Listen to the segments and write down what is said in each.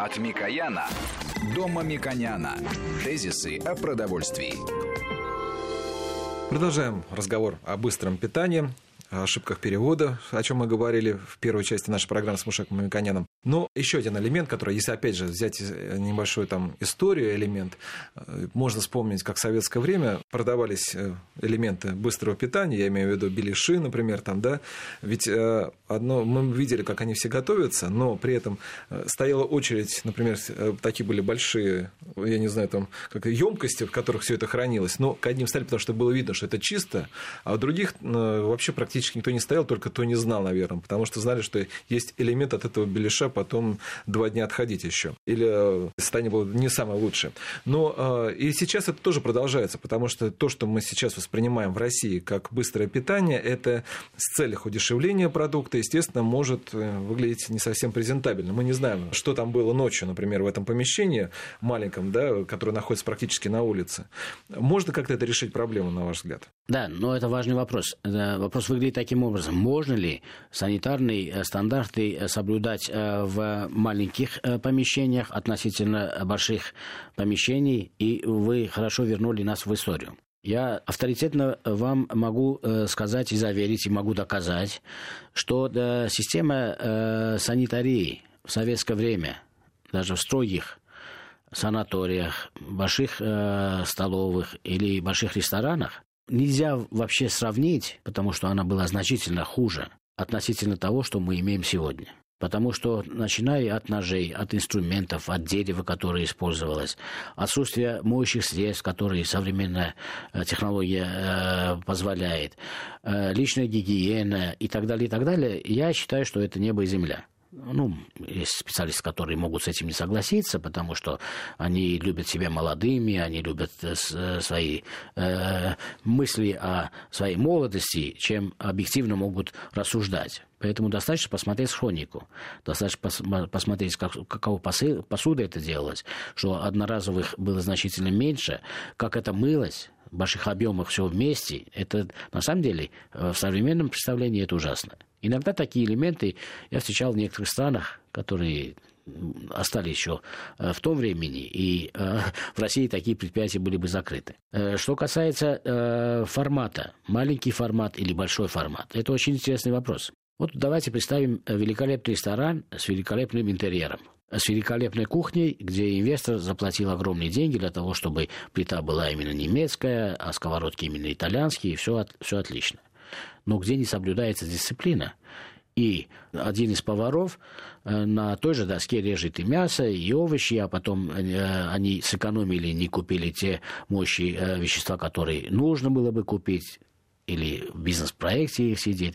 От Микояна до Мамиконяна. Тезисы о продовольствии. Продолжаем разговор о быстром питании, о ошибках перевода, о чем мы говорили в первой части нашей программы с Мушеком Мамиконяном. Но еще один элемент, который, если опять же взять небольшую там историю, элемент, можно вспомнить, как в советское время продавались элементы быстрого питания, я имею в виду беляши, например, там, да, ведь мы видели, как они все готовятся, но при этом стояла очередь, например, такие были большие, я не знаю, там, как емкости, в которых все это хранилось, но к одним стали, потому что было видно, что это чисто, а у других вообще практически никто не стоял, только кто не знал, наверное, потому что знали, что есть элемент от этого беляша, потом 2 дня отходить еще. Или состояние было не самое лучшее. Но и сейчас это тоже продолжается, потому что то, что мы сейчас воспринимаем в России как быстрое питание, это с целью удешевления продукта, естественно, может выглядеть не совсем презентабельно. Мы не знаем, что там было ночью, например, в этом помещении маленьком, да, которое находится практически на улице. Можно как-то это решить проблему, на ваш взгляд? Да, но это важный вопрос. Вопрос выглядит таким образом. Можно ли санитарные стандарты соблюдать в маленьких помещениях относительно больших помещений, и вы хорошо вернули нас в историю. Я авторитетно вам могу сказать и заверить, и могу доказать, что система санитарии в советское время, даже в строгих санаториях, больших столовых или больших ресторанах, нельзя вообще сравнить, потому что она была значительно хуже относительно того, что мы имеем сегодня. Потому что, начиная от ножей, от инструментов, от дерева, которое использовалось, отсутствие моющих средств, которые современная технология позволяет, личная гигиена и так далее, я считаю, что это небо и земля. Есть специалисты, которые могут с этим не согласиться, потому что они любят себя молодыми, они любят свои мысли о своей молодости, чем объективно могут рассуждать. Поэтому достаточно посмотреть хронику, достаточно посмотреть, какого посуда это делалось, что одноразовых было значительно меньше, как это мылось, в больших объемах все вместе. Это, на самом деле, в современном представлении это ужасно. Иногда такие элементы я встречал в некоторых странах, которые остались еще в том времени, и в России такие предприятия были бы закрыты. Что касается формата, маленький формат или большой формат, это очень интересный вопрос. Вот давайте представим великолепный ресторан с великолепным интерьером, с великолепной кухней, где инвестор заплатил огромные деньги для того, чтобы плита была именно немецкая, а сковородки именно итальянские, и все отлично. Но где не соблюдается дисциплина, и один из поваров на той же доске режет и мясо, и овощи, а потом они сэкономили, не купили те моющие вещества, которые нужно было бы купить, или в бизнес-проекте их сидит.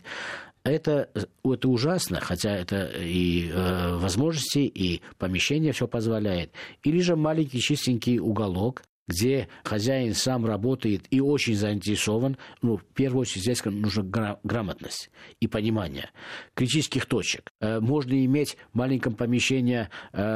Это ужасно, хотя это и возможности, и помещение все позволяет. Или же маленький чистенький уголок, где хозяин сам работает и очень заинтересован. В первую очередь здесь нужна грамотность и понимание критических точек. Можно иметь в маленьком помещении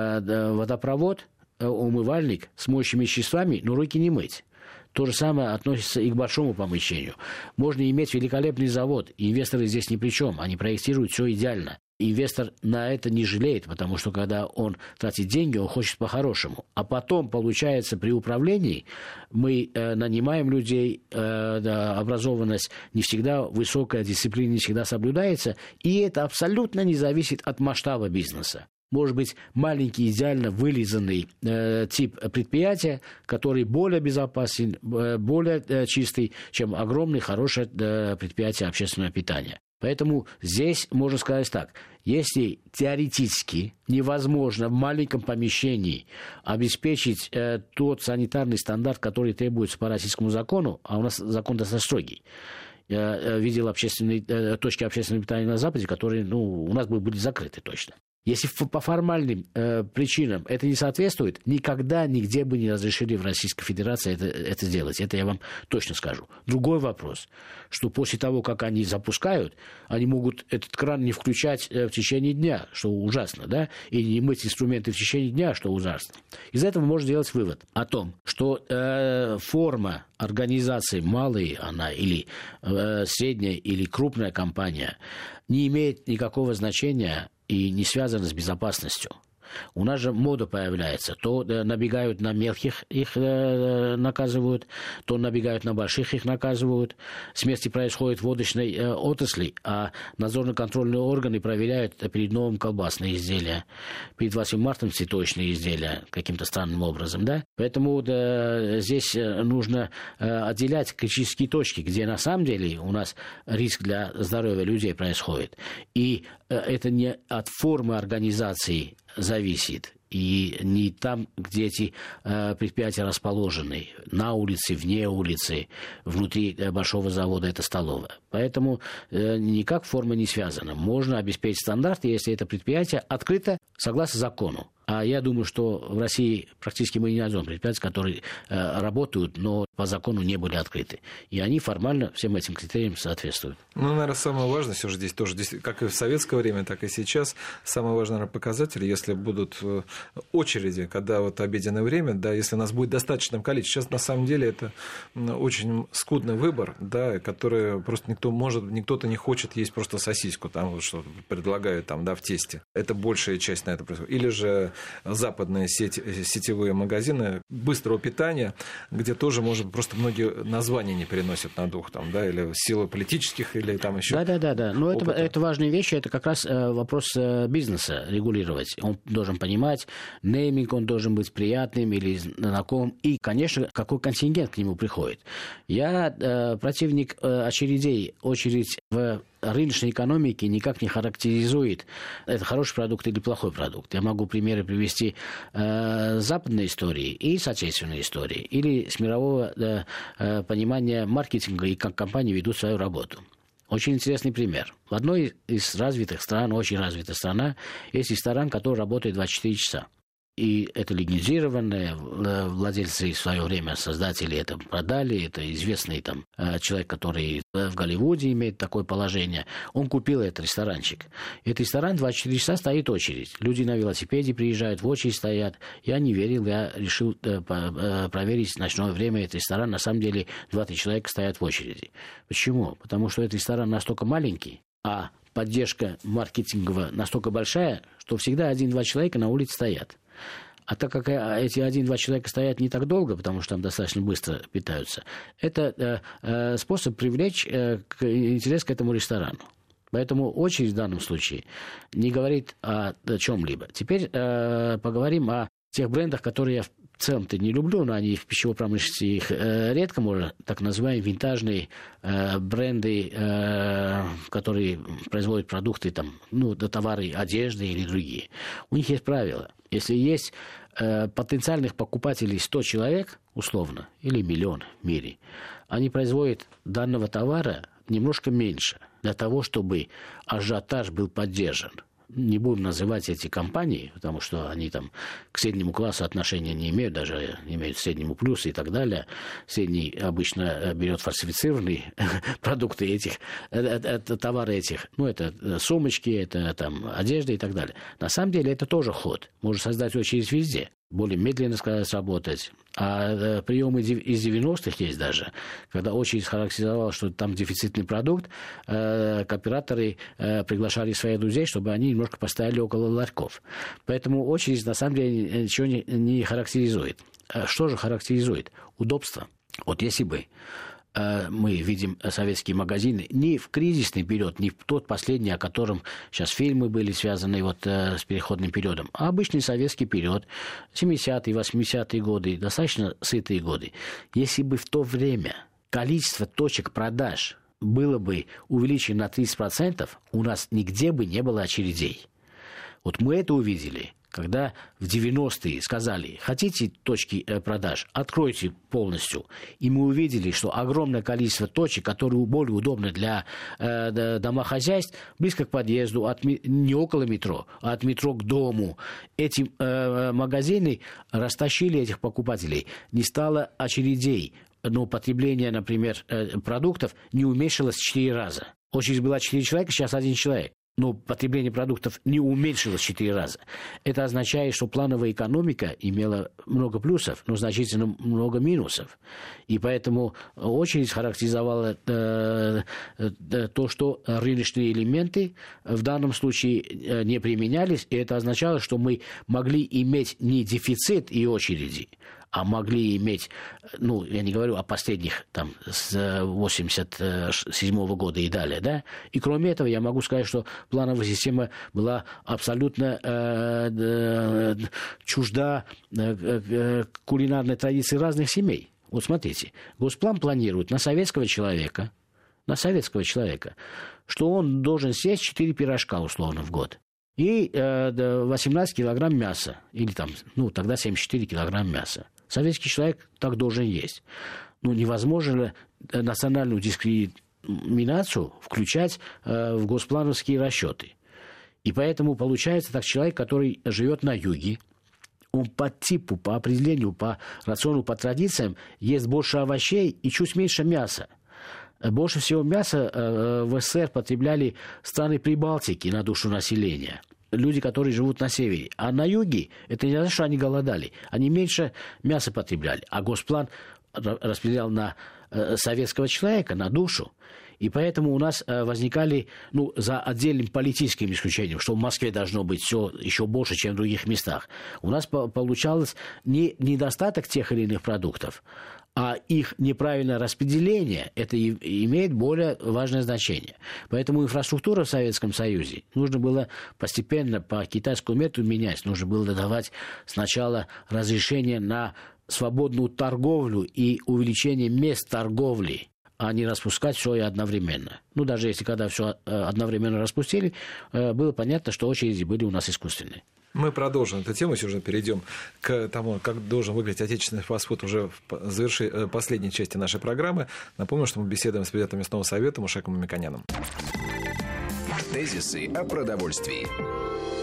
водопровод, умывальник с моющими веществами, но руки не мыть. То же самое относится и к большому помещению. Можно иметь великолепный завод, и инвесторы здесь ни при чем, они проектируют все идеально. Инвестор на это не жалеет, потому что когда он тратит деньги, он хочет по-хорошему. А потом, получается, при управлении мы нанимаем людей, образованность не всегда высокая, дисциплина не всегда соблюдается, и это абсолютно не зависит от масштаба бизнеса. Может быть, маленький, идеально вылизанный тип предприятия, который более безопасен, более чистый, чем огромное, хорошее предприятие общественного питания. Поэтому здесь можно сказать так. Если теоретически невозможно в маленьком помещении обеспечить тот санитарный стандарт, который требуется по российскому закону, а у нас закон достаточно строгий, я видел точки общественного питания на Западе, которые у нас были закрыты точно. Если по формальным причинам это не соответствует, никогда, нигде бы не разрешили в Российской Федерации это делать. Это я вам точно скажу. Другой вопрос, что после того, как они запускают, они могут этот кран не включать в течение дня, что ужасно, да, и не мыть инструменты в течение дня, что ужасно. Из этого можно сделать вывод о том, что форма организации, малая она или средняя или крупная компания, не имеет никакого значения и не связано с безопасностью. У нас же мода появляется. То набегают на мелких, их наказывают, то набегают на больших, их наказывают. Смерти происходят в водочной отрасли, а надзорно-контрольные органы проверяют перед новым колбасные изделия, перед 8 марта цветочные изделия каким-то странным образом. Да? Поэтому здесь нужно отделять критические точки, где на самом деле у нас риск для здоровья людей происходит. И это не от формы организации зависит. И не там, где эти предприятия расположены, на улице, вне улицы, внутри большого завода, это столовая. Поэтому никак форма не связана. Можно обеспечить стандарты, если это предприятие открыто согласно закону. А я думаю, что в России практически мы не найдем предприятия, которые работают, но по закону не были открыты. И они формально всем этим критериям соответствуют. Ну, наверное, самое важное все же здесь тоже, как и в советское время, так и сейчас, самый важный, наверное, показатель, если будут очереди, когда вот обеденное время, да, если у нас будет достаточное количество. Сейчас, на самом деле, это очень скудный выбор, да, который просто никто-то не хочет есть просто сосиску, там вот что предлагают там, да, в тесте. Это большая часть на это происходит. Или же западные сетевые магазины быстрого питания, где тоже, может быть, просто многие названия не переносят на дух, там, да, или силы политических, или там еще. Да. Но это важные вещи, это как раз вопрос бизнеса регулировать. Он должен понимать, нейминг он должен быть приятным или знакомым, и, конечно, какой контингент к нему приходит. Я противник очередей. Очередь в рыночной экономике никак не характеризует, это хороший продукт или плохой продукт. Я могу примеры привести западной истории и с отечественной истории, или с мирового понимания маркетинга и как компании ведут свою работу. Очень интересный пример. В одной из развитых стран, очень развитая страна, есть ресторан, который работает 24 часа. И это легендированное, владельцы в свое время, создатели это продали, это известный там человек, который в Голливуде имеет такое положение, он купил этот ресторанчик. Этот ресторан 24 часа стоит очередь. Люди на велосипеде приезжают, в очередь стоят. Я не верил, я решил проверить ночное время этот ресторан. На самом деле 2-3 человека стоят в очереди. Почему? Потому что этот ресторан настолько маленький, а поддержка маркетинговая настолько большая, что всегда 1-2 человека на улице стоят. А так как эти 1-2 человека стоят не так долго, потому что там достаточно быстро питаются, это способ привлечь интерес к этому ресторану. Поэтому очередь в данном случае не говорит о чем-либо. Теперь поговорим о тех брендах, которые я в целом-то не люблю, но они в пищевой промышленности их редко можно, так называемые винтажные бренды, которые производят продукты, там, товары одежды или другие. У них есть правила. Если есть потенциальных покупателей 100 человек, условно, или миллион в мире, они производят данного товара немножко меньше, для того, чтобы ажиотаж был поддержан. Не будем называть эти компании, потому что они там к среднему классу отношения не имеют, даже имеют к среднему плюс и так далее. Средний обычно берет фальсифицированные продукты этих, товары этих. Это сумочки, это там одежда и так далее. На самом деле это тоже ход. Можно создать очередь везде. Более медленно, сработать. А приемы из 90-х есть даже, когда очередь характеризовала, что там дефицитный продукт, кооператоры приглашали своих друзей, чтобы они немножко поставили около ларьков. Поэтому очередь на самом деле ничего не характеризует. Что же характеризует? Удобство. Вот если бы мы видим советские магазины не в кризисный период, не в тот последний, о котором сейчас фильмы были связаны с переходным периодом, а обычный советский период, 70-е, 80-е годы, достаточно сытые годы. Если бы в то время количество точек продаж было бы увеличено на 30%, у нас нигде бы не было очередей. Вот мы это увидели, когда в 90-е сказали, хотите точки продаж, откройте полностью. И мы увидели, что огромное количество точек, которые более удобны для домохозяйств, близко к подъезду, не около метро, а от метро к дому. Эти магазины растащили этих покупателей. Не стало очередей. Но потребление, например, продуктов не уменьшилось в 4 раза. Очередь была 4 человека, сейчас 1 человек. но потребление продуктов не уменьшилось в 4 раза. Это означает, что плановая экономика имела много плюсов, но значительно много минусов. И поэтому очередь характеризовала то, что рыночные элементы в данном случае не применялись, и это означало, что мы могли иметь не дефицит и очереди, а могли иметь, ну, я не говорю о последних, там, с 1987 года и далее, да, и кроме этого я могу сказать, что плановая система была абсолютно чужда кулинарной традиции разных семей. Вот смотрите, Госплан планирует на советского человека, что он должен съесть 4 пирожка, условно, в год. И 18 килограмм мяса, или там, ну, тогда 74 килограмм мяса. Советский человек так должен есть. Ну, невозможно национальную дискриминацию включать в госплановские расчеты. И поэтому получается так, человек, который живет на юге, он по типу, по определению, по рациону, по традициям ест больше овощей и чуть меньше мяса. Больше всего мяса в СССР потребляли страны Прибалтики на душу населения. Люди, которые живут на севере. А на юге, это не значит, что они голодали. Они меньше мяса потребляли. А Госплан распределял на советского человека, на душу. И поэтому у нас возникали, ну, за отдельным политическим исключением, что в Москве должно быть все еще больше, чем в других местах. У нас получалось не недостаток тех или иных продуктов, а их неправильное распределение, это имеет более важное значение. Поэтому инфраструктура в Советском Союзе нужно было постепенно по китайскому методу менять. Нужно было давать сначала разрешение на свободную торговлю и увеличение мест торговли, а не распускать все и одновременно. Ну, даже если когда все одновременно распустили, было понятно, что очереди были у нас искусственные. Мы продолжим эту тему, если уже перейдем к тому, как должен выглядеть отечественный фастфуд уже в последней части нашей программы. Напомню, что мы беседуем с председателем Мясного совета Мушеком Мамиконяном. Тезисы о продовольствии.